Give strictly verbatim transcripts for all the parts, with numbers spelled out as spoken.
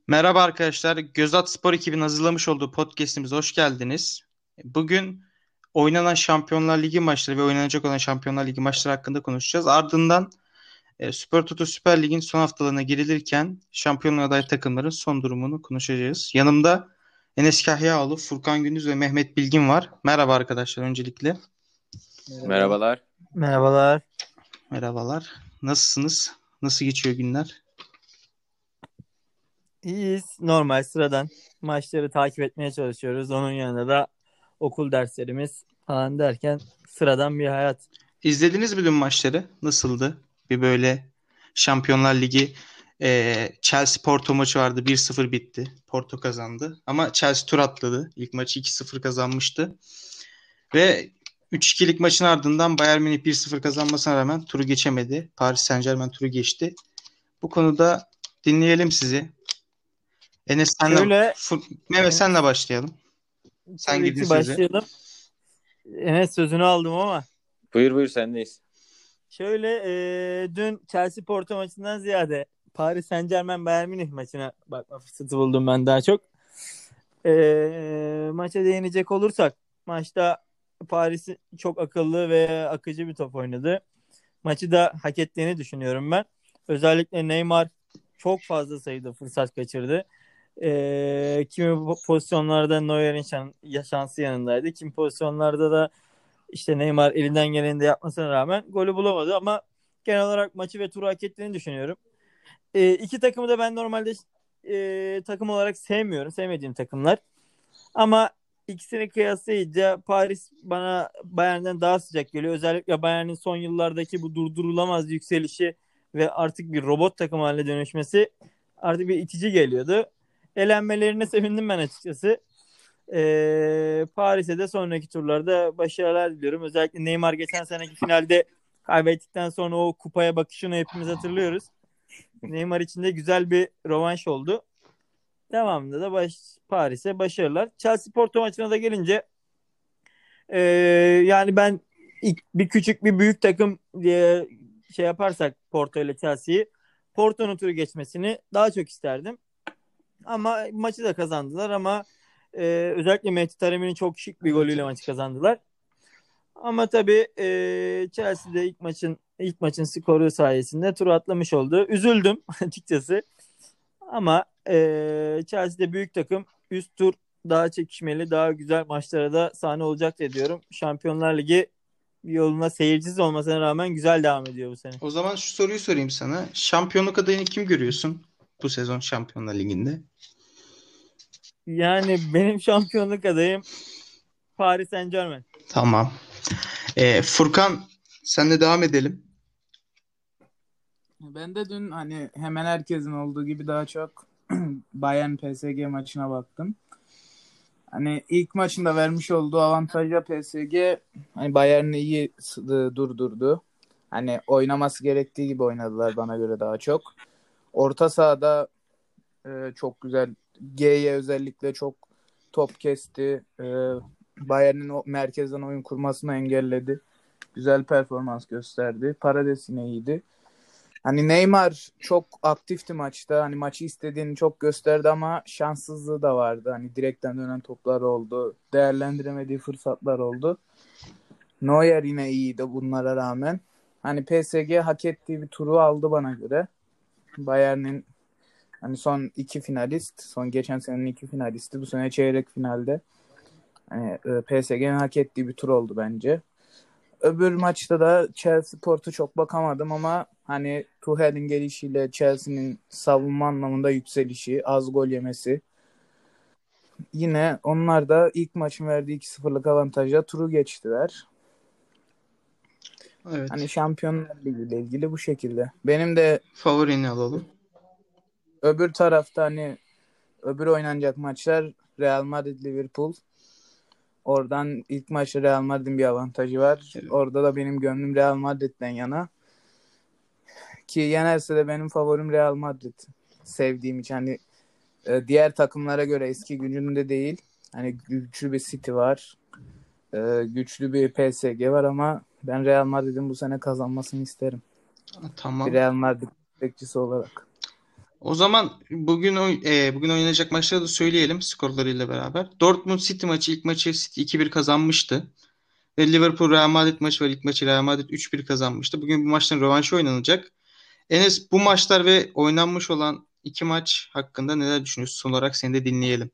Merhaba arkadaşlar. Gözat Spor ekibinin hazırlamış olduğu podcast'imize hoş geldiniz. Bugün oynanan Şampiyonlar Ligi maçları ve oynanacak olan Şampiyonlar Ligi maçları hakkında konuşacağız. Ardından e, Süper Toto Süper Lig'in son haftalarına girilirken şampiyonluğa aday takımların son durumunu konuşacağız. Yanımda Enes Kahyaoğlu, Furkan Gündüz ve Mehmet Bilgin var. Merhaba arkadaşlar öncelikle. Merhaba. Merhabalar. Merhabalar. Merhabalar. Nasılsınız? Nasıl geçiyor günler? İyiyiz. Normal sıradan maçları takip etmeye çalışıyoruz. Onun yanında da okul derslerimiz falan derken sıradan bir hayat. İzlediniz mi dün maçları? Nasıldı? Bir böyle Şampiyonlar Ligi e, Chelsea Porto maçı vardı. bir sıfır bitti. Porto kazandı. Ama Chelsea tur atladı. İlk maçı iki sıfır kazanmıştı. Ve üç ikilik maçın ardından Bayern Münih bir sıfır kazanmasına rağmen turu geçemedi. Paris Saint-Germain turu geçti. Bu konuda dinleyelim sizi. Enes senle, Şöyle Fu- Mehmet e, senle başlayalım. Sen tabii girdin ki sözü. başlayalım. Enes sözünü aldım ama Buyur buyur sendeyiz. şöyle e, dün Chelsea Porto maçından ziyade Paris Saint-Germain Bayern Münih maçına bakma fırsatı buldum ben daha çok. E, maça değinecek olursak maçta Paris çok akıllı ve akıcı bir top oynadı. Maçı da hak ettiğini düşünüyorum ben. Özellikle Neymar çok fazla sayıda fırsat kaçırdı. Ee, kimi pozisyonlarda Neuer'in şan, şansı yanındaydı. Kimi pozisyonlarda da işte Neymar elinden geleni de yapmasına rağmen golü bulamadı ama genel olarak maçı ve turu hak ettiğini düşünüyorum. Ee, iki takımı da ben normalde e, takım olarak sevmiyorum. Sevmediğim takımlar. Ama ikisini kıyaslayınca Paris bana Bayern'den daha sıcak geliyor. Özellikle Bayern'in son yıllardaki bu durdurulamaz yükselişi ve artık bir robot takım haline dönüşmesi artık bir itici geliyordu. Elenmelerine sevindim ben açıkçası. Ee, Paris'e de sonraki turlarda başarılar diliyorum. Özellikle Neymar geçen seneki finalde kaybettikten sonra o kupaya bakışını hepimiz hatırlıyoruz. Neymar için de güzel bir rövanş oldu. Devamında da baş, Paris'e başarılar. Chelsea Porto maçına da gelince e, yani ben ilk, bir küçük bir büyük takım diye şey yaparsak Porto ile Chelsea'yi Porto'nun turu geçmesini daha çok isterdim. Ama maçı da kazandılar ama e, özellikle Mehdi Taremi'nin çok şık bir Evet, golüyle maçı evet. kazandılar. Ama tabii e, Chelsea'de ilk maçın ilk maçın skoru sayesinde turu atlamış oldu. Üzüldüm açıkçası. Ama e, Chelsea'de büyük takım üst tur daha çekişmeli, daha güzel maçlara da sahne olacak diye diyorum. Şampiyonlar Ligi yoluna seyircisiz olmasına rağmen güzel devam ediyor bu sene. O zaman şu soruyu sorayım sana. Şampiyonluk adayını kim görüyorsun bu sezon Şampiyonlar Ligi'nde? Yani benim şampiyonluk adayım Paris Saint-Germain. Tamam. Ee, Furkan senle devam edelim. Ben de dün hani hemen herkesin olduğu gibi daha çok Bayern P S G maçına baktım. Hani ilk maçında vermiş olduğu avantajla P S G hani Bayern'i iyi s- durdurdu. Hani oynaması gerektiği gibi oynadılar bana göre daha çok. Orta sahada e, çok güzel. G'ye özellikle çok top kesti. E, Bayern'in o merkezden oyun kurmasını engelledi. Güzel performans gösterdi. Paredes yine iyiydi. Hani Neymar çok aktifti maçta. Hani maçı istediğini çok gösterdi ama şanssızlığı da vardı. Hani direkten dönen toplar oldu. Değerlendiremediği fırsatlar oldu. Neuer yine iyiydi bunlara rağmen. Hani P S G hak ettiği bir turu aldı bana göre. Bayern'in hani son iki finalist, son geçen senenin iki finalisti, bu sene çeyrek finalde. Hani e, P S G'nin hak ettiği bir tur oldu bence. Öbür maçta da Chelsea Porto çok bakamadım ama hani Tuchel'in gelişiyle Chelsea'nin savunma anlamında yükselişi, az gol yemesi. Yine onlar da ilk maçın verdiği iki sıfırlık avantajla turu geçtiler. Hani Evet. Şampiyonlar Ligi ile ilgili bu şekilde. Benim de Favorini alalım. öbür tarafta hani öbür oynanacak maçlar Real Madrid Liverpool. Oradan ilk maçta Real Madrid'in bir avantajı var. Evet. Orada da benim gönlüm Real Madrid'den yana. Ki yenerse de benim favorim Real Madrid. Sevdiğim için hani e, diğer takımlara göre eski gücünde değil. Hani güçlü bir City var. E, güçlü bir P S G var ama ben Real Madrid'in bu sene kazanmasını isterim. Bir Tamam. Real Madrid bekçisi olarak. O zaman bugün oy- e, bugün oynanacak maçları da söyleyelim skorlarıyla beraber. Dortmund City maçı, ilk maçı City iki bir kazanmıştı. Ve Liverpool Real Madrid maçı var. İlk maçı Real Madrid üç bir kazanmıştı. Bugün bu maçların rövanşı oynanacak. Enes, bu maçlar ve oynanmış olan iki maç hakkında neler düşünüyorsun? Son olarak seni de dinleyelim.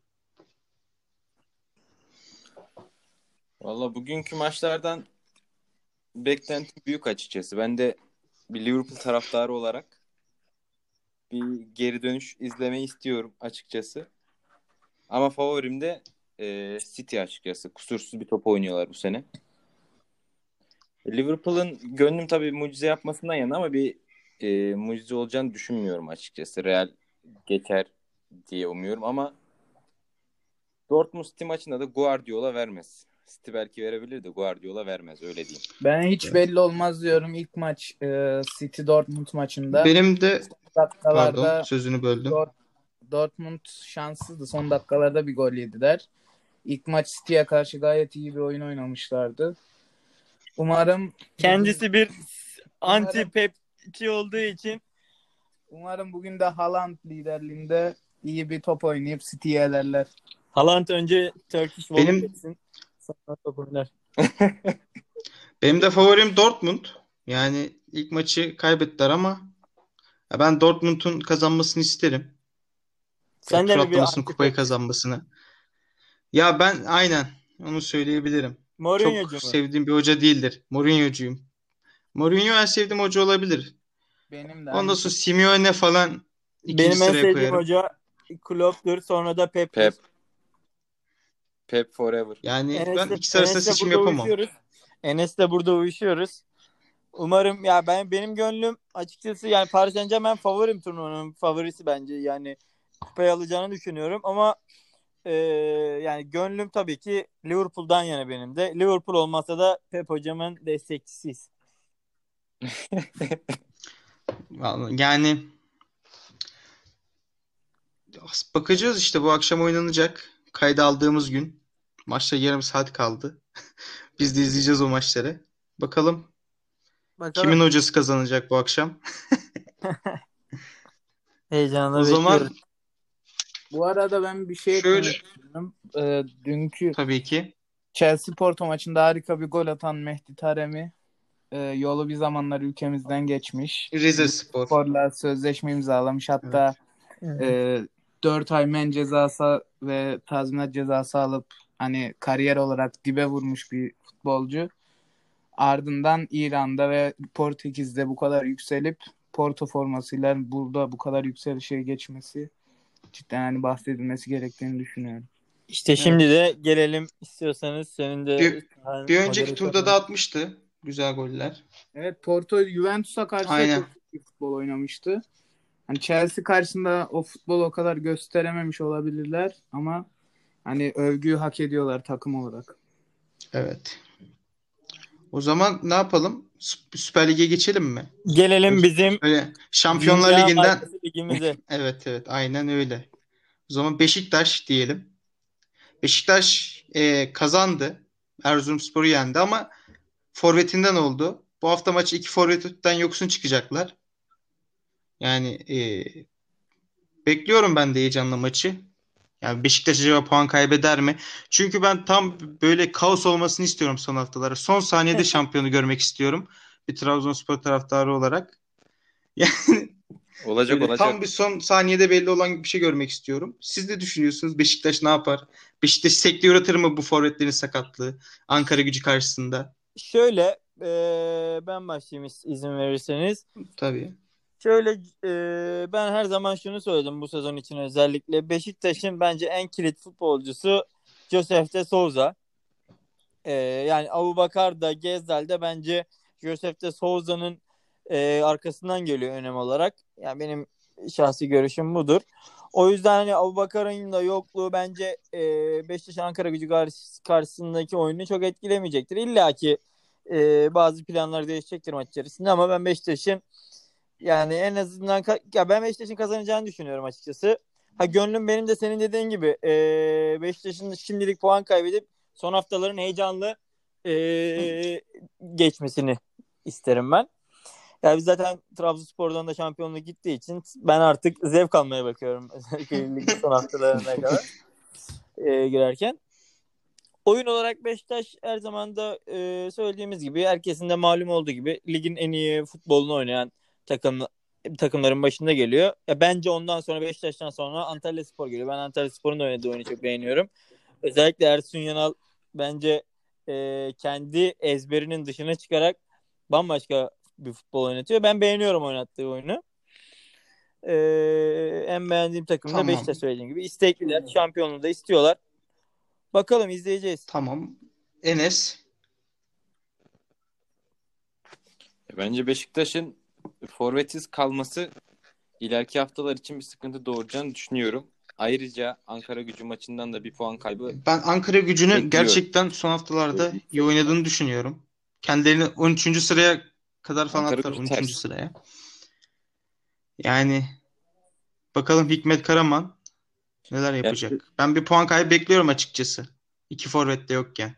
Valla bugünkü maçlardan beklentim büyük açıkçası. Ben de bir Liverpool taraftarı olarak bir geri dönüş izlemeyi istiyorum açıkçası. Ama favorim de e, City açıkçası. Kusursuz bir top oynuyorlar bu sene. Liverpool'un gönlüm tabii mucize yapmasından yana ama bir e, mucize olacağını düşünmüyorum açıkçası. Real geçer diye umuyorum ama Dortmund City maçında da Guardiola vermez. City belki verebilir de Guardiola vermez, öyle diyeyim. Ben hiç belli olmaz diyorum ilk maç e, City Dortmund maçında. Benim de pardon Dakikalarda sözünü böldüm. Dort- Dortmund şanssızdı. Son dakikalarda bir gol yediler. İlk maç City'ye karşı gayet iyi bir oyun oynamışlardı. Umarım Kendisi bir anti Umarım- Pep'çi olduğu için umarım bugün de Haaland liderliğinde iyi bir top oynayıp City'yi elerler. Haaland önce Turkish Walk Benim etsin. Sonra top oynar. benim de favorim Dortmund. Yani ilk maçı kaybettiler ama ya ben Dortmund'un kazanmasını isterim. Ya, Sen tur de mi bir atlamasını, anti kupayı Pep? kazanmasını. Ya ben aynen onu söyleyebilirim. Çok Mourinho'cu mu? sevdiğim bir hoca değildir. Mourinho'cuyum. Mourinho en sevdiğim hoca olabilir. Benim de Ondan aynı. sonra Simeone falan ikinci Benim en sıraya sevdiğim koyarım. hoca Klopp'tur. Sonra da Pep'tir. Pep. Pep forever. Yani ben Enes'le ikisi arasında Enes'le seçim burada yapamam. uyuşuyoruz. Enes'le burada uyuşuyoruz. Umarım ya ben benim gönlüm açıkçası yani Paris Saint-Germain favorim, turnuvanın favorisi bence. Yani kupayı alacağını düşünüyorum ama e, yani gönlüm tabii ki Liverpool'dan yana benim de. Liverpool olmasa da Pep hocamın destekçisiyiz. Vallahi yani bakacağız işte, bu akşam oynanacak. Kayda aldığımız gün. Maçta yarım saat kaldı. Biz de izleyeceğiz o maçları. Bakalım Bakalım. kimin hocası kazanacak bu akşam. Heyecanla O bekliyoruz. zaman Bu arada ben bir şey şöyle, eklemek istiyorum. Ee, dünkü tabii ki Chelsea Porto maçında harika bir gol atan Mehdi Taremi e, yolu bir zamanlar ülkemizden geçmiş. Rize Spor. Spor'la sözleşme imzalamış. Hatta Evet. e, dört ay men cezası ve tazminat cezası alıp hani kariyer olarak dibe vurmuş bir futbolcu. Ardından İran'da ve Portekiz'de bu kadar yükselip Porto formasıyla burada bu kadar yükselişe geçmesi cidden hani bahsedilmesi gerektiğini düşünüyorum. İşte şimdi de gelelim istiyorsanız senin de Bir, sen bir önceki turda moderatörün. da atmıştı. Güzel goller. Evet, Porto Juventus'a karşı da Aynen. çok iyi futbol oynamıştı. Hani Chelsea karşısında o futbolu o kadar gösterememiş olabilirler ama hani övgüyü hak ediyorlar takım olarak. Evet. O zaman ne yapalım? Sü- Süper Lig'e geçelim mi? Gelelim bizim Böyle Şampiyonlar dünya Ligi'nden markası ligimize. evet evet aynen öyle. O zaman Beşiktaş diyelim. Beşiktaş e, kazandı. Erzurumspor'u yendi ama forvetinden oldu. Bu hafta maçı iki forvetten yoksun çıkacaklar. Yani e, bekliyorum ben de heyecanla maçı. Yani Beşiktaş acaba puan kaybeder mi? Çünkü ben tam böyle kaos olmasını istiyorum son haftalara. Son saniyede şampiyonu görmek istiyorum. Bir Trabzonspor taraftarı olarak. Yani Olacak böyle olacak. tam bir son saniyede belli olan bir şey görmek istiyorum. Siz ne düşünüyorsunuz? Beşiktaş ne yapar? Beşiktaş sekteye uğratır mı bu forvetlerin sakatlığı Ankara Gücü karşısında? Şöyle e, ben başlayayım iz- izin verirseniz. Tabii. Şöyle e, ben her zaman şunu söyledim bu sezon için özellikle. Beşiktaş'ın bence en kilit futbolcusu Josef de Souza. E, yani Abubakar da Gezdal de bence Josef de Souza'nın e, arkasından geliyor önem olarak. Yani benim şahsi görüşüm budur. O yüzden hani Abubakar'ın da yokluğu bence e, Beşiktaş Ankara Gücü karşı- karşısındaki oyunu çok etkilemeyecektir. İlla ki e, bazı planlar değişecektir maç içerisinde ama ben Beşiktaş'ın yani en azından ka- ya ben Beşiktaş'ın kazanacağını düşünüyorum açıkçası. Ha gönlüm benim de senin dediğin gibi e, Beşiktaş'ın şimdilik puan kaybedip son haftaların heyecanlı e, geçmesini isterim ben. Ya biz zaten Trabzonspor'dan da şampiyonluk gittiği için ben artık zevk almaya bakıyorum. Özellikle ligin son haftalarına kadar e, girerken. Oyun olarak Beşiktaş her zaman da e, söylediğimiz gibi, herkesin de malum olduğu gibi ligin en iyi futbolunu oynayan takım takımların başında geliyor. Ya bence ondan sonra, Beşiktaş'tan sonra Antalyaspor geliyor. Ben Antalyaspor'un da oynadığı oyunu çok beğeniyorum. Özellikle Ersun Yanal bence e, kendi ezberinin dışına çıkarak bambaşka bir futbol oynatıyor. Ben beğeniyorum oynattığı oyunu. E, en beğendiğim takım da Tamam. Beşiktaş, söylediğim gibi. İstekliler, şampiyonluğu da istiyorlar. Bakalım, izleyeceğiz. Tamam. Enes. Bence Beşiktaş'ın forvetsiz kalması ileriki haftalar için bir sıkıntı doğuracağını düşünüyorum. Ayrıca Ankara-Gücü maçından da bir puan kaybı Ben Ankara Gücü'nü bekliyorum. gerçekten son haftalarda iyi oynadığını düşünüyorum. Kendilerini on üçüncü sıraya kadar falan attılar. Ankara-Gücü on üçüncü ters. sıraya. Yani bakalım Hikmet Karaman neler Yani yapacak. Ben bir puan kaybı bekliyorum açıkçası. İki forvet de yokken.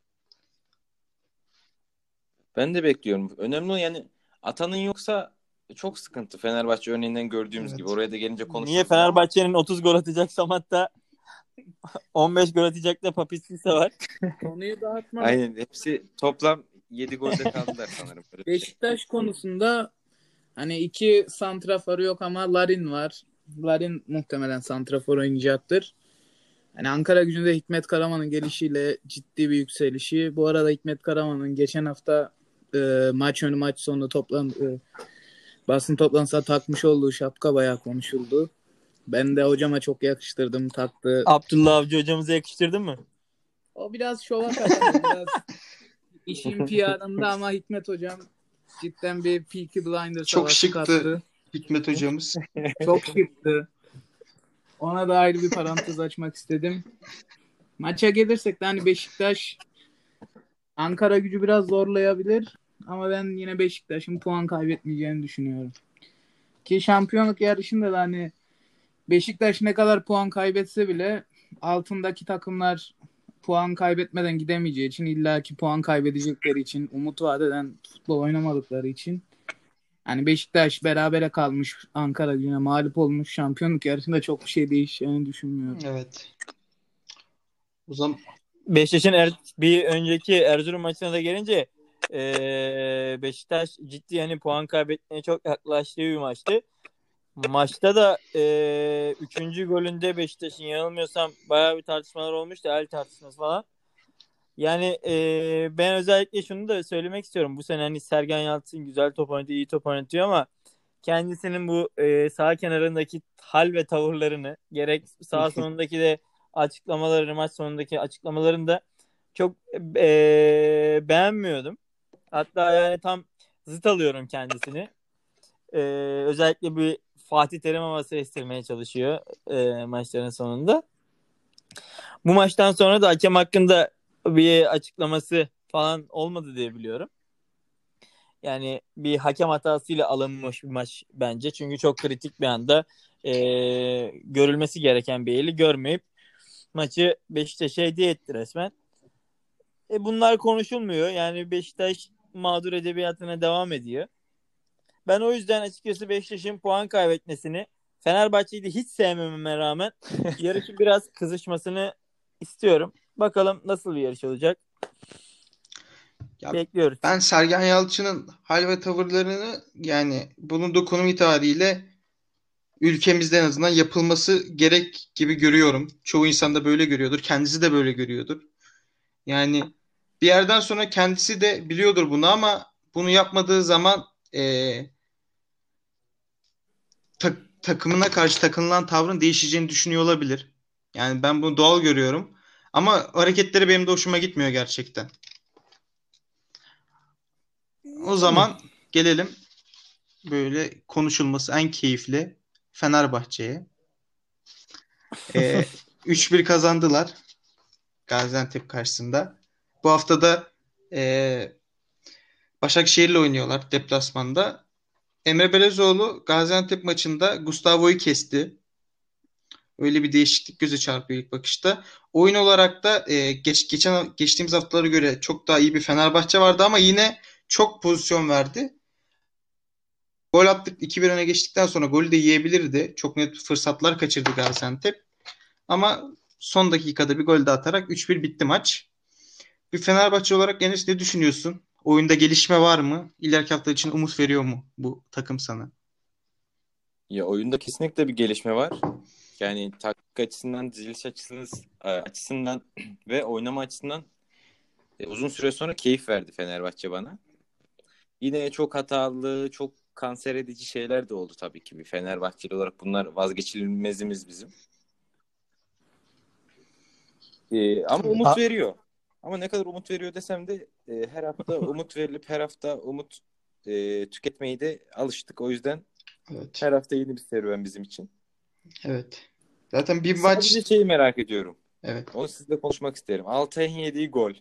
ben de bekliyorum. Önemli olan, yani atanın yoksa çok sıkıntı. Fenerbahçe örneğinden gördüğümüz gibi. Evet. Oraya da gelince Niye konuşuruz ama Fenerbahçe'nin otuz gol atacak Samat'ta on beş gol atacak da Papislis'e var? Konuyu dağıtmadan aynen hepsi toplam yedi golde kaldılar sanırım. Böyle bir şey. Beşiktaş konusunda hani iki santraforu yok ama Larin var. Larin muhtemelen santrafor oynayacaktır. Hani Ankara Gücü'nde Hikmet Karaman'ın gelişiyle ciddi bir yükselişi. Bu arada Hikmet Karaman'ın geçen hafta e, maç önü maç sonu toplan e, basın toplantısında takmış olduğu şapka bayağı konuşuldu. Ben de hocama çok yakıştırdım, taktı. Abdullah Avcı hocamıza yakıştırdın mı? O biraz şova kaçtı, biraz işin P R'ında ama Hikmet hocam cidden bir Peaky Blinders Çok havası şıktı kattı. Hikmet hocamız. Çok şıktı. Ona da ayrı bir parantez açmak istedim. Maça gelirsek de hani Beşiktaş Ankara Gücü biraz zorlayabilir ama ben yine Beşiktaş'ın puan kaybetmeyeceğini düşünüyorum. Ki şampiyonluk yarışında da hani Beşiktaş ne kadar puan kaybetse bile altındaki takımlar puan kaybetmeden gidemeyeceği için, illaki puan kaybedecekleri için, umut vaat eden futbol oynamadıkları için, hani Beşiktaş berabere kalmış, Ankara Gücü'ne mağlup olmuş, şampiyonluk yarışında çok bir şey değişeceğini düşünmüyorum. Evet. O zaman Beşiktaş'ın er, bir önceki Erzurum maçına da gelince ee, Beşiktaş ciddi hani puan kaybetmeye çok yaklaştığı bir maçtı. Maçta da ee, üçüncü golünde Beşiktaş'ın, yanılmıyorsam bayağı bir tartışmalar olmuştu. El tartışması falan. Yani ee, ben özellikle şunu da söylemek istiyorum. Bu sene hani Sergen Yalçın güzel top oynatıyor, iyi top oynatıyor ama kendisinin bu e, sağ kenarındaki hal ve tavırlarını, gerek sağ sonundaki de açıklamalarını, maç sonundaki açıklamalarını da çok e, beğenmiyordum. Hatta yani tam zıt alıyorum kendisini. E, özellikle bir Fatih Terim havası estirmeye çalışıyor e, maçların sonunda. Bu maçtan sonra da hakem hakkında bir açıklaması falan olmadı diye biliyorum. Yani bir hakem hatasıyla alınmış bir maç bence. Çünkü çok kritik bir anda e, görülmesi gereken bir eli görmeyip maçı Beşiktaş'a hediye etti resmen. E, bunlar konuşulmuyor. Yani Beşiktaş mağdur edebiyatına devam ediyor. Ben o yüzden açıkçası Beşiktaş'ın puan kaybetmesini, Fenerbahçe'yi de hiç sevmememe rağmen yarışın biraz kızışmasını istiyorum. Bakalım nasıl bir yarış olacak. ya Bekliyoruz. ben Sergen Yalçın'ın hal ve tavırlarını, yani bulunduğu konum itibariyle ülkemizde en azından yapılması gerek gibi görüyorum. Çoğu insan da böyle görüyordur. Kendisi de böyle görüyordur. Yani bir yerden sonra kendisi de biliyordur bunu ama bunu yapmadığı zaman eee, ta- takımına karşı takınılan tavrın değişeceğini düşünüyor olabilir. Yani ben bunu doğal görüyorum. Ama hareketleri benim de hoşuma gitmiyor gerçekten. O zaman gelelim böyle konuşulması en keyifli Fenerbahçe'ye. Ee, üç bir kazandılar Gaziantep karşısında. Bu hafta da e, Başakşehir'le oynuyorlar deplasmanda. Emre Belezoğlu Gaziantep maçında Gustavo'yu kesti. Öyle bir değişiklik göze çarpıyor ilk bakışta. Oyun olarak da e, geç, geçen geçtiğimiz haftalara göre çok daha iyi bir Fenerbahçe vardı ama yine çok pozisyon verdi. Gol attık, iki bir öne geçtikten sonra golü de yiyebilirdi. Çok net fırsatlar kaçırdı Gaziantep. Ama son dakikada bir gol de atarak üç bir bitti maç. Bir Fenerbahçe olarak Enes ne düşünüyorsun? Oyunda gelişme var mı? İleriki hafta için umut veriyor mu bu takım sana? Ya oyunda kesinlikle bir gelişme var. Yani taktik açısından, diziliş açısından, açısından ve oynama açısından e, uzun süre sonra keyif verdi Fenerbahçe bana. Yine çok hatalı, çok kanser edici şeyler de oldu tabii ki bir Fenerbahçeli olarak. Bunlar vazgeçilmezimiz bizim. Ee, ama Evet. umut veriyor. Ama ne kadar umut veriyor desem de e, her hafta umut verilip her hafta umut e, tüketmeyi de alıştık. O yüzden Evet. her hafta yeni bir serüven bizim için. Evet. Zaten bir maç... Sadece şeyi merak ediyorum. Evet. Onu sizle konuşmak isterim. Altay'ın yediği gol.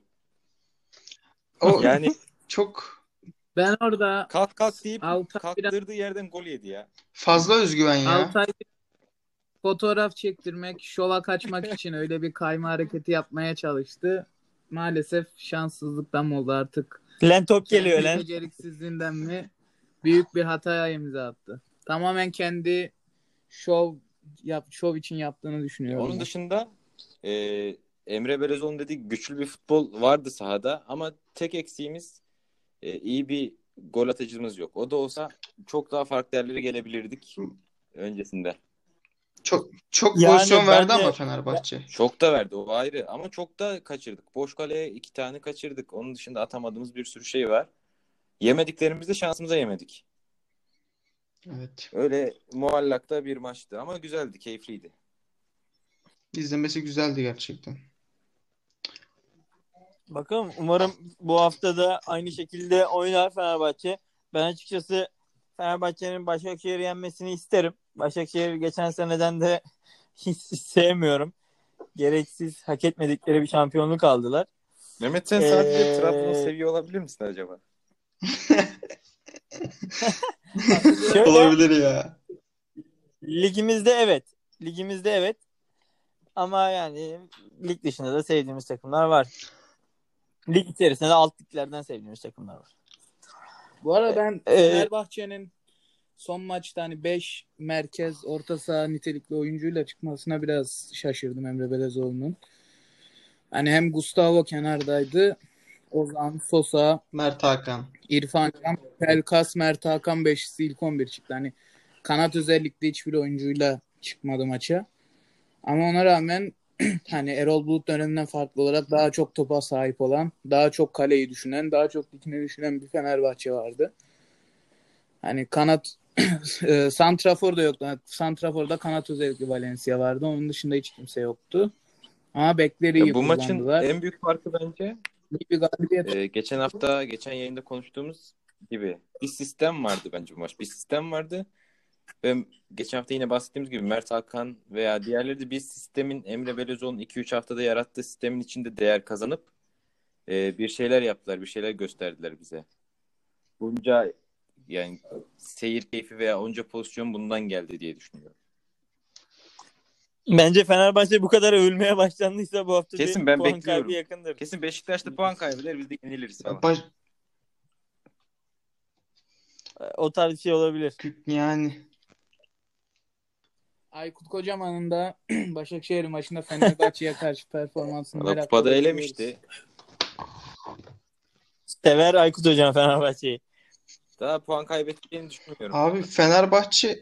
O Yani çok Ben orada kalk kalk deyip Altay biraz kalktırdığı yerden gol yedi ya. fazla özgüven ya. Altay fotoğraf çektirmek, şova kaçmak için öyle bir kayma hareketi yapmaya çalıştı. Maalesef şanssızlıktan mı oldu artık? Len top geliyor Kendi lan. beceriksizliğinden mi büyük bir hataya imza attı. Tamamen kendi şov yap şov için yaptığını düşünüyorum. Onun ben. dışında e, Emre Belözoğlu'nun dediği güçlü bir futbol vardı sahada ama tek eksiğimiz e, iyi bir gol atıcımız yok. O da olsa çok daha farklı yerlere gelebilirdik öncesinde. Çok çok Yani pozisyon ben verdi de- ama Fenerbahçe. Çok da verdi o ayrı ama çok da kaçırdık. Boş kaleye iki tane kaçırdık. Onun dışında atamadığımız bir sürü şey var. Yemediklerimizi şansımıza yemedik. Evet. Öyle muallakta bir maçtı ama güzeldi, keyifliydi. İzlemesi güzeldi gerçekten. Bakalım, umarım bu hafta da aynı şekilde oynar Fenerbahçe. Ben açıkçası Fenerbahçe'nin Başakşehir'i yenmesini isterim. Başakşehir geçen seneden de hiç sevmiyorum. Gereksiz, hak etmedikleri bir şampiyonluk aldılar. Mehmet sen sadece Ee, Trabzon'u seviyor olabilir misin acaba? Şöyle, Olabilir ya. ligimizde evet. Ligimizde evet. Ama yani lig dışında da sevdiğimiz takımlar var. Lig içerisinde de alt liglerden sevdiğimiz takımlar var. Bu arada ben Ee, Fenerbahçe'nin son maçta hani beş merkez orta saha nitelikli oyuncuyla çıkmasına biraz şaşırdım Emre Belezoğlu'nun. Hani hem Gustavo kenardaydı. Ozan, Sosa, Mert Hakan. İrfan Can, Pelkas, Mert Hakan beşlisi ilk on bir çıktı. Hani kanat özellikle hiçbir oyuncuyla çıkmadı maça. Ama ona rağmen hani Erol Bulut döneminden farklı olarak daha çok topa sahip olan, daha çok kaleyi düşünen, daha çok dikine düşünen bir Fenerbahçe vardı. Hani kanat e, Santrafor da yoktu. Santrafor'da kanat özellikle Valencia vardı. Onun dışında hiç kimse yoktu. Ama bekleri iyi Ya bu maçın kullandılar. en büyük farkı bence İyi bir galibiyet. e, geçen hafta, geçen yayında konuştuğumuz gibi bir sistem vardı bence bu maç. Bir sistem vardı ve geçen hafta yine bahsettiğimiz gibi Mert Hakan veya diğerleri de bir sistemin, Emre Belözoğlu'nun iki üç haftada yarattığı sistemin içinde değer kazanıp e, bir şeyler yaptılar, bir şeyler gösterdiler bize. Bunca yani seyir keyfi veya onca pozisyon bundan geldi diye düşünüyorum. Bence Fenerbahçe bu kadar övülmeye başlandıysa bu hafta Kesin bir ben puan bekliyorum. kaybı yakındır. Kesin Beşiktaş'ta puan kaybeder, biz de yeniliriz falan. Baş... O tarz bir şey olabilir. Yani Aykut Kocaman'ın da Başakşehir maçında Fenerbahçe'ye karşı performansını Valla merakla kupada bekliyoruz. elemişti. Sever Aykut Hocam Fenerbahçe'yi. Daha puan kaybedeceğini düşünmüyorum. abi Fenerbahçe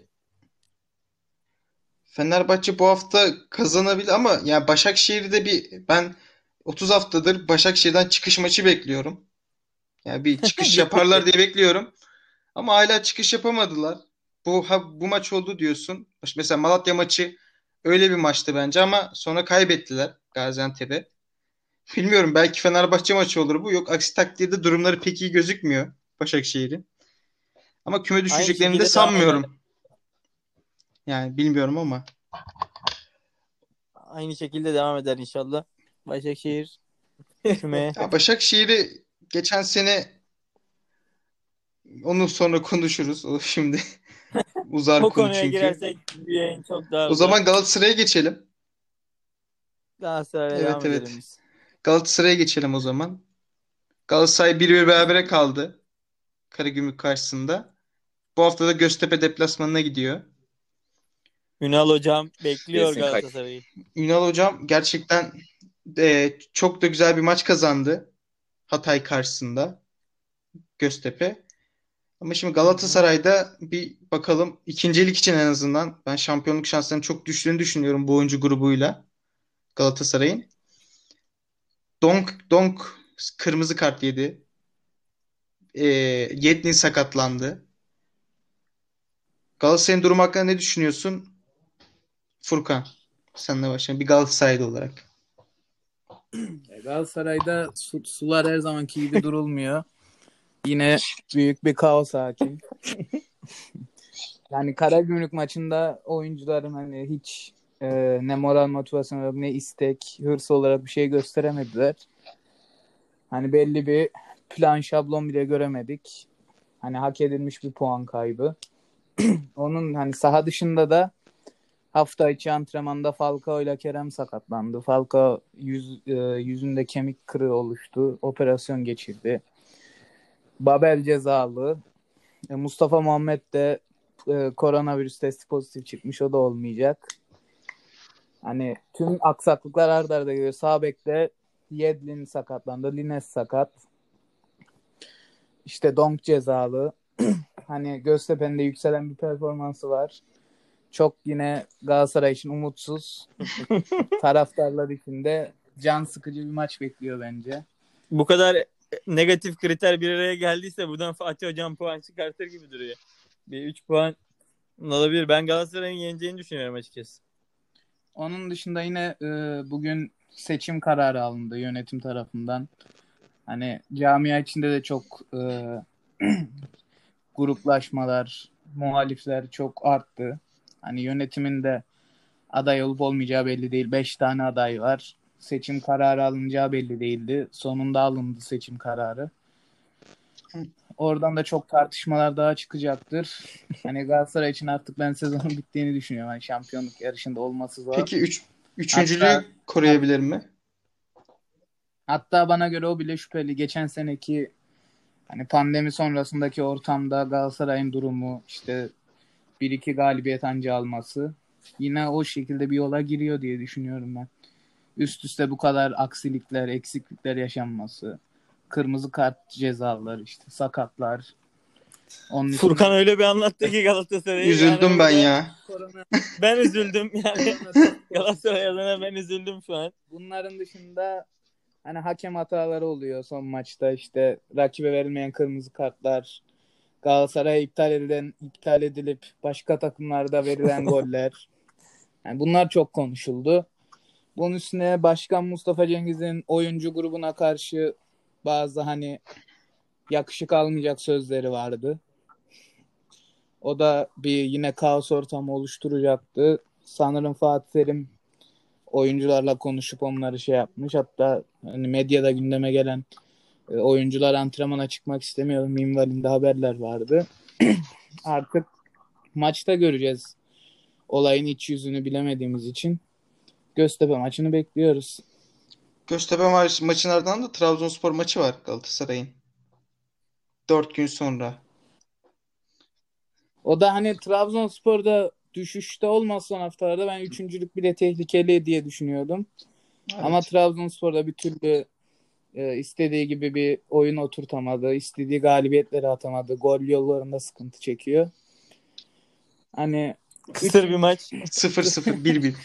Fenerbahçe bu hafta kazanabilir ama yani Başakşehir'de bir ben otuz haftadır Başakşehir'den çıkış maçı bekliyorum. Yani bir çıkış yaparlar diye bekliyorum. Ama hala çıkış yapamadılar. Bu ha, bu maç oldu diyorsun. Mesela Malatya maçı öyle bir maçtı bence ama sonra kaybettiler Gaziantep'e. Bilmiyorum, belki Fenerbahçe maçı olur bu. Yok, aksi takdirde durumları pek iyi gözükmüyor Başakşehir'in. Ama küme düşeceklerini de şekilde devam sanmıyorum. Yani bilmiyorum ama. Aynı şekilde devam eder inşallah. Başakşehir küme. Ya Başakşehir'i geçen sene, onu sonra konuşuruz. O şimdi uzar O konu konuya çünkü. girersek bir yayın çok daha O uzar. zaman Galatasaray'a geçelim. Galatasaray'a Evet, devam evet. edelim biz. Galatasaray'a geçelim o zaman. Galatasaray bir bir berabere kaldı Karagümrük karşısında. Bu hafta da Göztepe deplasmanına gidiyor. Ünal hocam bekliyor Kesin kay- Galatasaray'ı. Ünal hocam gerçekten e, çok da güzel bir maç kazandı Hatay karşısında Göztepe. Ama şimdi Galatasaray'da bir bakalım ikincilik için en azından ben şampiyonluk şanslarının çok düştüğünü düşünüyorum bu oyuncu grubuyla Galatasaray'ın. Donk Donk kırmızı kart yedi. E, Yedlin sakatlandı. Galatasaray'ın durumu hakkında ne düşünüyorsun? Furkan, senle başlayalım. Bir Galatasaraylı olarak. E, Galatasaray'da su- sular her zamanki gibi durulmuyor. Yine büyük bir kaos hakim. Yani Karagümrük maçında oyuncuların hani hiç e, ne moral motivasyon olarak ne istek, hırs olarak bir şey gösteremediler. Hani belli bir plan şablon bile göremedik. Hani hak edilmiş bir puan kaybı. Onun hani saha dışında da hafta içi antrenmanda Falcao ile Kerem sakatlandı. Falcao yüz, e, yüzünde kemik kırığı oluştu. Operasyon geçirdi. Babel cezalı. E, Mustafa Muhammed de e, koronavirüs testi pozitif çıkmış. O da olmayacak. Hani tüm aksaklıklar arda arda geliyor. Sağ bekte Yedlin sakatlandı. Lines sakat. İşte Donk cezalı. Hani Göztepe'nin de yükselen bir performansı var. Çok yine Galatasaray için umutsuz. Taraftarlar için de can sıkıcı bir maç bekliyor bence. Bu kadar negatif kriter bir araya geldiyse buradan Fatih hocam puan çıkartır gibi duruyor. Bir üç puan olabilir. Ben Galatasaray'ın yeneceğini düşünüyorum açıkçası. Onun dışında yine e, bugün seçim kararı alındı yönetim tarafından. Hani camia içinde de çok e, gruplaşmalar, muhalifler çok arttı. Hani yönetimin de aday olup olmayacağı belli değil. Beş tane aday var. Seçim kararı alınacağı belli değildi. Sonunda alındı seçim kararı. Oradan da çok tartışmalar daha çıkacaktır. Hani Galatasaray için artık ben sezonun bittiğini düşünüyorum. Hani şampiyonluk yarışında olması zor. Peki üç, üçüncülüğü Hatta- koruyabilir mi? Hatta bana göre o bile şüpheli. Geçen seneki hani pandemi sonrasındaki ortamda Galatasaray'ın durumu işte bir iki galibiyet anca alması yine o şekilde bir yola giriyor diye düşünüyorum ben. Üst üste bu kadar aksilikler, eksiklikler yaşanması, kırmızı kart cezalar, işte sakatlar. Onun için Furkan öyle bir anlattı ki Galatasaray'ı. Üzüldüm Yani ben burada ya. korona, Ben üzüldüm yani. korona çok- Galatasaray adına ben üzüldüm şu an. Bunların dışında hani hakem hataları oluyor son maçta, işte rakibe verilmeyen kırmızı kartlar, Galatasaray'a iptal edilen iptal edilip başka takımlarda verilen goller. Yani bunlar çok konuşuldu. Bunun üstüne Başkan Mustafa Cengiz'in oyuncu grubuna karşı bazı hani yakışık almayacak sözleri vardı. O da bir yine kaos ortamı oluşturacaktı. Sanırım Fatih Terim oyuncularla konuşup onları şey yapmış. Hatta hani medyada gündeme gelen e, oyuncular antrenmana çıkmak istemiyor minvalinde haberler vardı. Artık maçta göreceğiz. Olayın iç yüzünü bilemediğimiz için Göztepe maçını bekliyoruz. Göztepe ma- maçın ardından da Trabzonspor maçı var Galatasaray'ın. Dört gün sonra. O da hani Trabzonspor'da düşüşte olmaz son haftalarda, ben üçüncülük bile tehlikeli diye düşünüyordum. Evet. Ama Trabzonspor'da bir türlü e, istediği gibi bir oyun oturtamadı. İstediği galibiyetleri atamadı. Gol yollarında sıkıntı çekiyor. Hani Kısır bir maç. sıfır sıfır bir bir.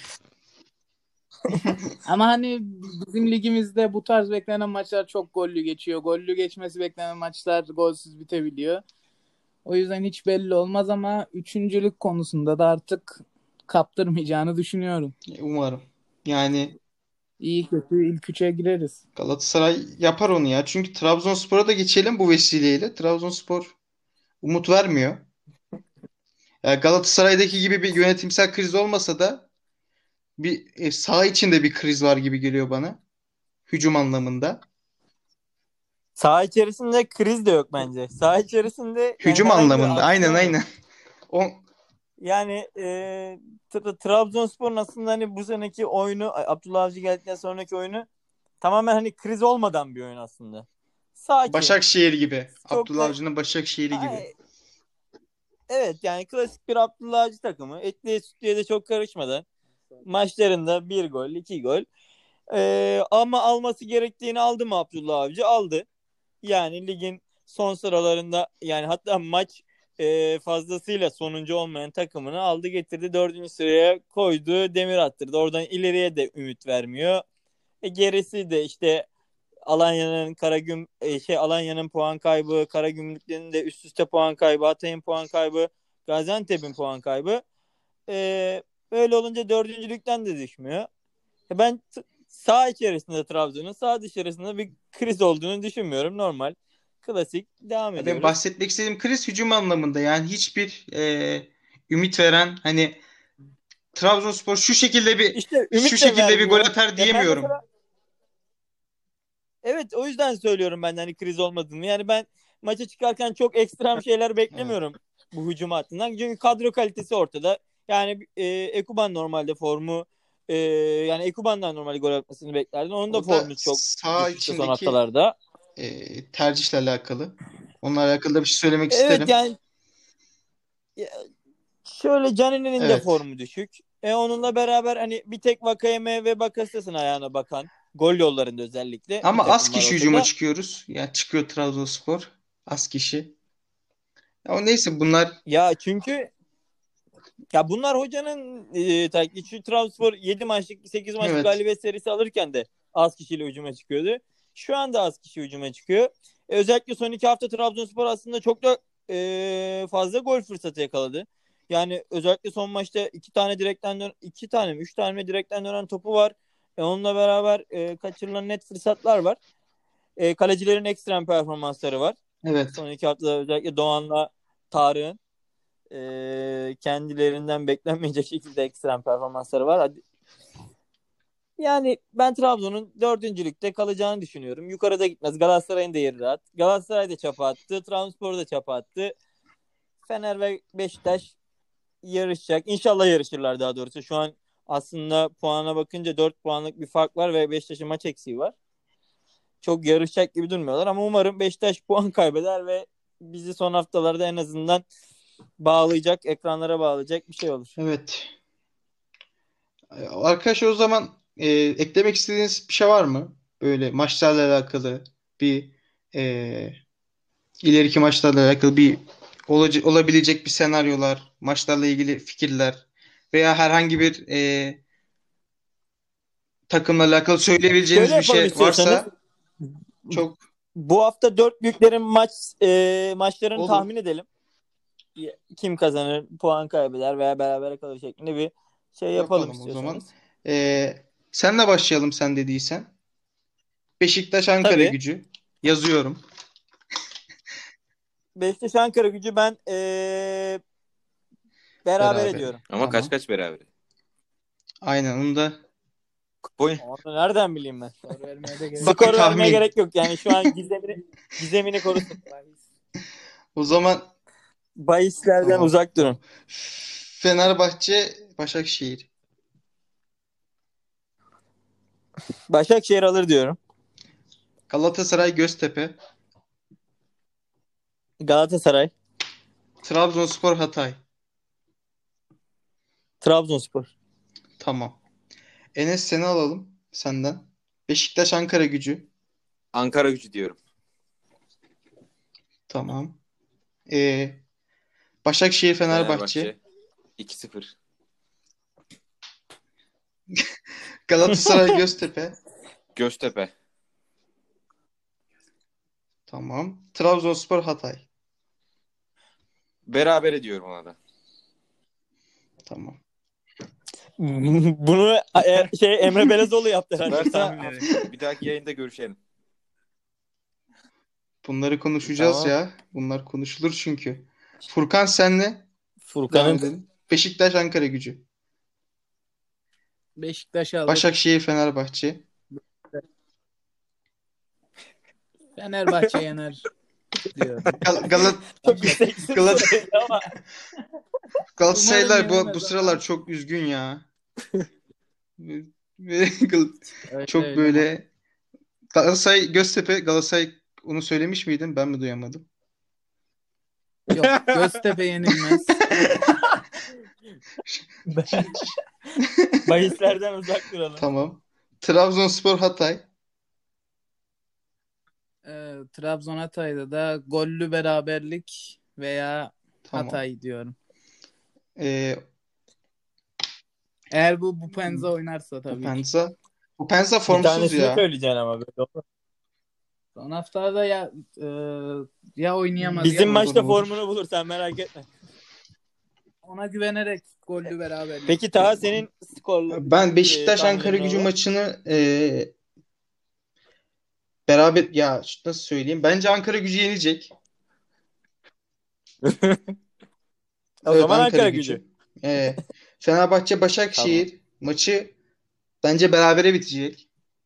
ama hani bizim ligimizde bu tarz beklenen maçlar çok gollü geçiyor. Gollü geçmesi beklenen maçlar golsüz bitebiliyor. O yüzden hiç belli olmaz ama üçüncülük konusunda da artık kaptırmayacağını düşünüyorum. Umarım. Yani İyi kötü ilk üçe gireriz. Galatasaray yapar onu ya. Çünkü Trabzonspor'a da geçelim bu vesileyle. Trabzonspor umut vermiyor. Yani Galatasaray'daki gibi bir yönetimsel kriz olmasa da bir e, saha içinde bir kriz var gibi geliyor bana. Hücum anlamında. Saha içerisinde kriz de yok bence. Saha içerisinde yani Hücum herhangi bir anlamında. Aynen aksiyon yok. aynen. O, Yani e, Tra- Trabzonspor'un aslında hani bu seneki oyunu Abdullah Avcı geldikten sonraki oyunu tamamen hani kriz olmadan bir oyun aslında. Sakin. Başakşehir gibi. Çok Abdullah da Avcı'nın Başakşehir'i gibi. Ay, Evet yani klasik bir Abdullah Avcı takımı. Etliye sütlüye de çok karışmadan. Maçlarında bir gol, iki gol. Ee, ama alması gerektiğini aldı mı Abdullah Avcı? Aldı. Yani ligin son sıralarında yani hatta maç e, fazlasıyla sonuncu olmayan takımını aldı getirdi. Dördüncü sıraya koydu. Demir attırdı. Oradan ileriye de ümit vermiyor. E, gerisi de işte Alanya'nın Karagüm e, şey Alanya'nın puan kaybı, Karagümrük'ün de üst üste puan kaybı, Hatay'ın puan kaybı, Gaziantep'in puan kaybı. E, Öyle olunca dördüncülükten de düşmüyor. E, Ben t- sağ içerisinde Trabzon'un sağ dışarısında bir kriz olduğunu düşünmüyorum. Normal, klasik devam Ya benim ediyoruz. bahsetmek istediğim kriz hücum anlamında, yani hiçbir e, ümit veren, hani Trabzonspor şu şekilde bir İşte şu ümit de şekilde bir gol vermiyor. atar Ya ben diyemiyorum. mesela evet o yüzden söylüyorum ben de hani kriz olmadığını. Yani ben maça çıkarken çok ekstrem şeyler Evet. beklemiyorum bu hücum hattından. Çünkü kadro kalitesi ortada. Yani e, Ekuban normalde formu e, yani Ekuban'dan normalde gol atmasını beklerdin. Onun da O da formu çok sağ düşüşte son içindeki haftalarda. e, tercihle alakalı. Onunla alakalı da bir şey söylemek Evet isterim. yani ya, şöyle Canini'nin de Evet. formu düşük. E onunla beraber hani bir tek Vakayeme ve Bakasetas'ın ayağına bakan gol yollarında özellikle bir Ama az takım var kişi hücuma ortada. çıkıyoruz. Yani çıkıyor Trabzonspor. Az kişi. Ya o neyse, bunlar Ya çünkü ya bunlar hocanın e, taktiği. Şu Trabzonspor yedi maçlık sekiz maçlık evet. galibiyet serisi alırken de az kişiyle hücuma çıkıyordu. Şu anda az kişi hücuma çıkıyor. E, özellikle son iki hafta Trabzonspor aslında çok da e, fazla gol fırsatı yakaladı. Yani özellikle son maçta iki tane direkten dön iki tane mi üç tane mi direkten dönen topu var. E, onunla beraber e, kaçırılan net fırsatlar var. E, kalecilerin ekstrem performansları var. Evet. Son iki haftada özellikle Doğan'la Tarık'ın e, kendilerinden beklenmeyecek şekilde ekstrem performansları var. Hadi. Yani ben Trabzon'un dördüncülükte kalacağını düşünüyorum. Yukarıda gitmez. Galatasaray'ın da yeri rahat. Galatasaray da çapa attı. Trabzonspor da çapa attı. Fener ve Beşiktaş yarışacak. İnşallah yarışırlar daha doğrusu. Şu an aslında puana bakınca dört puanlık bir fark var ve Beşiktaş'ın maç eksiği var. Çok yarışacak gibi durmuyorlar ama umarım Beşiktaş puan kaybeder ve bizi son haftalarda en azından bağlayacak, ekranlara bağlayacak bir şey olur. Evet. Arkadaşlar, o zaman e, eklemek istediğiniz bir şey var mı? Böyle maçlarla alakalı bir e, ileriki maçlarla alakalı bir olaca- olabilecek bir senaryolar, maçlarla ilgili fikirler veya herhangi bir e, takımla alakalı söyleyebileceğiniz Şöyle bir yapalım şey istiyorsanız. varsa çok Bu hafta dört büyüklerin maç e, maçlarını olur. tahmin edelim. Kim kazanır, puan kaybeder veya berabere kalır şeklinde bir şey yapalım Yapalım o zaman. istiyorsanız. E, senle başlayalım, sen dediysen. Beşiktaş Ankara Tabii. Gücü yazıyorum. Beşiktaş Ankara Gücü ben e, beraber Beraber. ediyorum. Ama kaç Tamam. kaç beraber. Aynen, onu da Boy. Onu nereden bileyim ben? Skor vermeye de gerek bak, Skor vermeye tahmin. gerek yok. Yani şu an gizemini gizemini korusun. O zaman Bahislerden tamam. uzak durun. Fenerbahçe Başakşehir. Başakşehir alır diyorum. Galatasaray Göztepe. Galatasaray, Trabzonspor Hatay. Trabzonspor. Tamam. Enes, seni alalım senden. Beşiktaş Ankara Gücü. Ankara Gücü diyorum. Tamam. Ee, Başakşehir Fenerbahçe. Fenerbahçe iki sıfır. Galatasaray Göztepe. Göztepe. Tamam. Trabzonspor Hatay. Beraber ediyorum ona da. Tamam. Bunu e, şey Emre Belezoğlu yaptı herhalde Varsa tahminleri. bir dahaki yayında görüşelim. Bunları konuşacağız Tamam. ya. Bunlar konuşulur çünkü. Furkan, senle devam Furkan'ın edelim. Beşiktaş Ankara Gücü. Beşiktaş'ı alır. Başakşehir Fenerbahçe. Fenerbahçe yener diyorum. Gal Galat çok isteksiz Galat söyledi ama Galatasaraylılar Umarım bu, yenemez bu ama. sıralar çok üzgün ya. Ve- ve Gal- Öyle çok öyle. böyle Galatasaray Göztepe. Galatasaray, onu söylemiş miydin? Ben mi duyamadım? Yok, Göztepe yenilmez. Bahislerden uzak duralım. Tamam. Trabzonspor Hatay. Ee, Trabzon Hatay'da da gollü beraberlik veya Tamam. Hatay diyorum. Ee, Eğer bu bu Penza oynarsa tabii ki. Penza. Bu Penza Bir formsuz tanesini ya. söyleyeceksin ama böyle olur. Son haftada ya e, ya oynayamaz Bizim ya maçta olur. formunu bulur, sen merak etme. ona güvenerek gollü beraberlik. Peki Taha, senin skorlu Ben Beşiktaş e, Ankara tahminin Gücü olur. maçını e, beraber ya nasıl söyleyeyim? Bence Ankara Gücü yenecek. O Evet, zaman Ankara Ankara Gücü. Gücü. Ee, Fenerbahçe Başakşehir maçı bence berabere bitecek.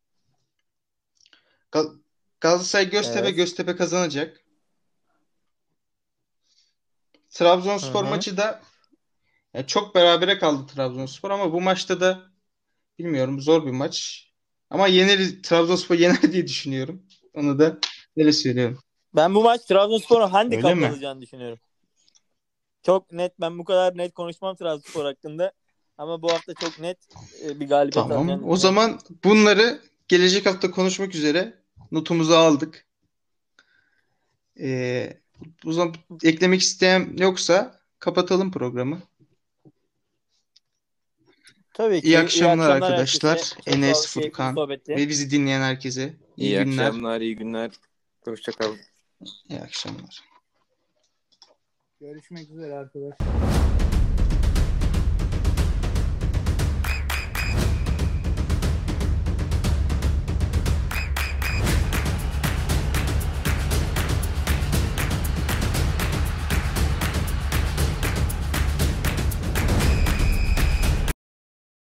Gal- Galatasaray Göztepe Evet. Göztepe kazanacak. Trabzonspor Hı hı. maçı da ya çok berabere kaldı Trabzonspor ama bu maçta da bilmiyorum, zor bir maç. Ama yenir, Trabzonspor yener diye düşünüyorum. Onu da nereye söylüyorum. Ben bu maç Trabzonspor'un Öyle handikaplı mi? alacağını düşünüyorum. Çok net, ben bu kadar net konuşmam Trabzonspor hakkında. Ama bu hafta çok net e, bir galibiyet Tamam. alacağını O düşünüyorum. zaman bunları gelecek hafta konuşmak üzere notumuzu aldık. Ee, o zaman eklemek isteyen yoksa kapatalım programı. Tabii ki. İyi İyi akşamlar akşamlar arkadaşlar. herkese. Çok Enes, sağ olun, keyifli bir Furkan sohbetti. ve bizi dinleyen herkese iyi, İyi günler. akşamlar, iyi günler. Hoşça kalın. İyi akşamlar. Görüşmek üzere arkadaşlar.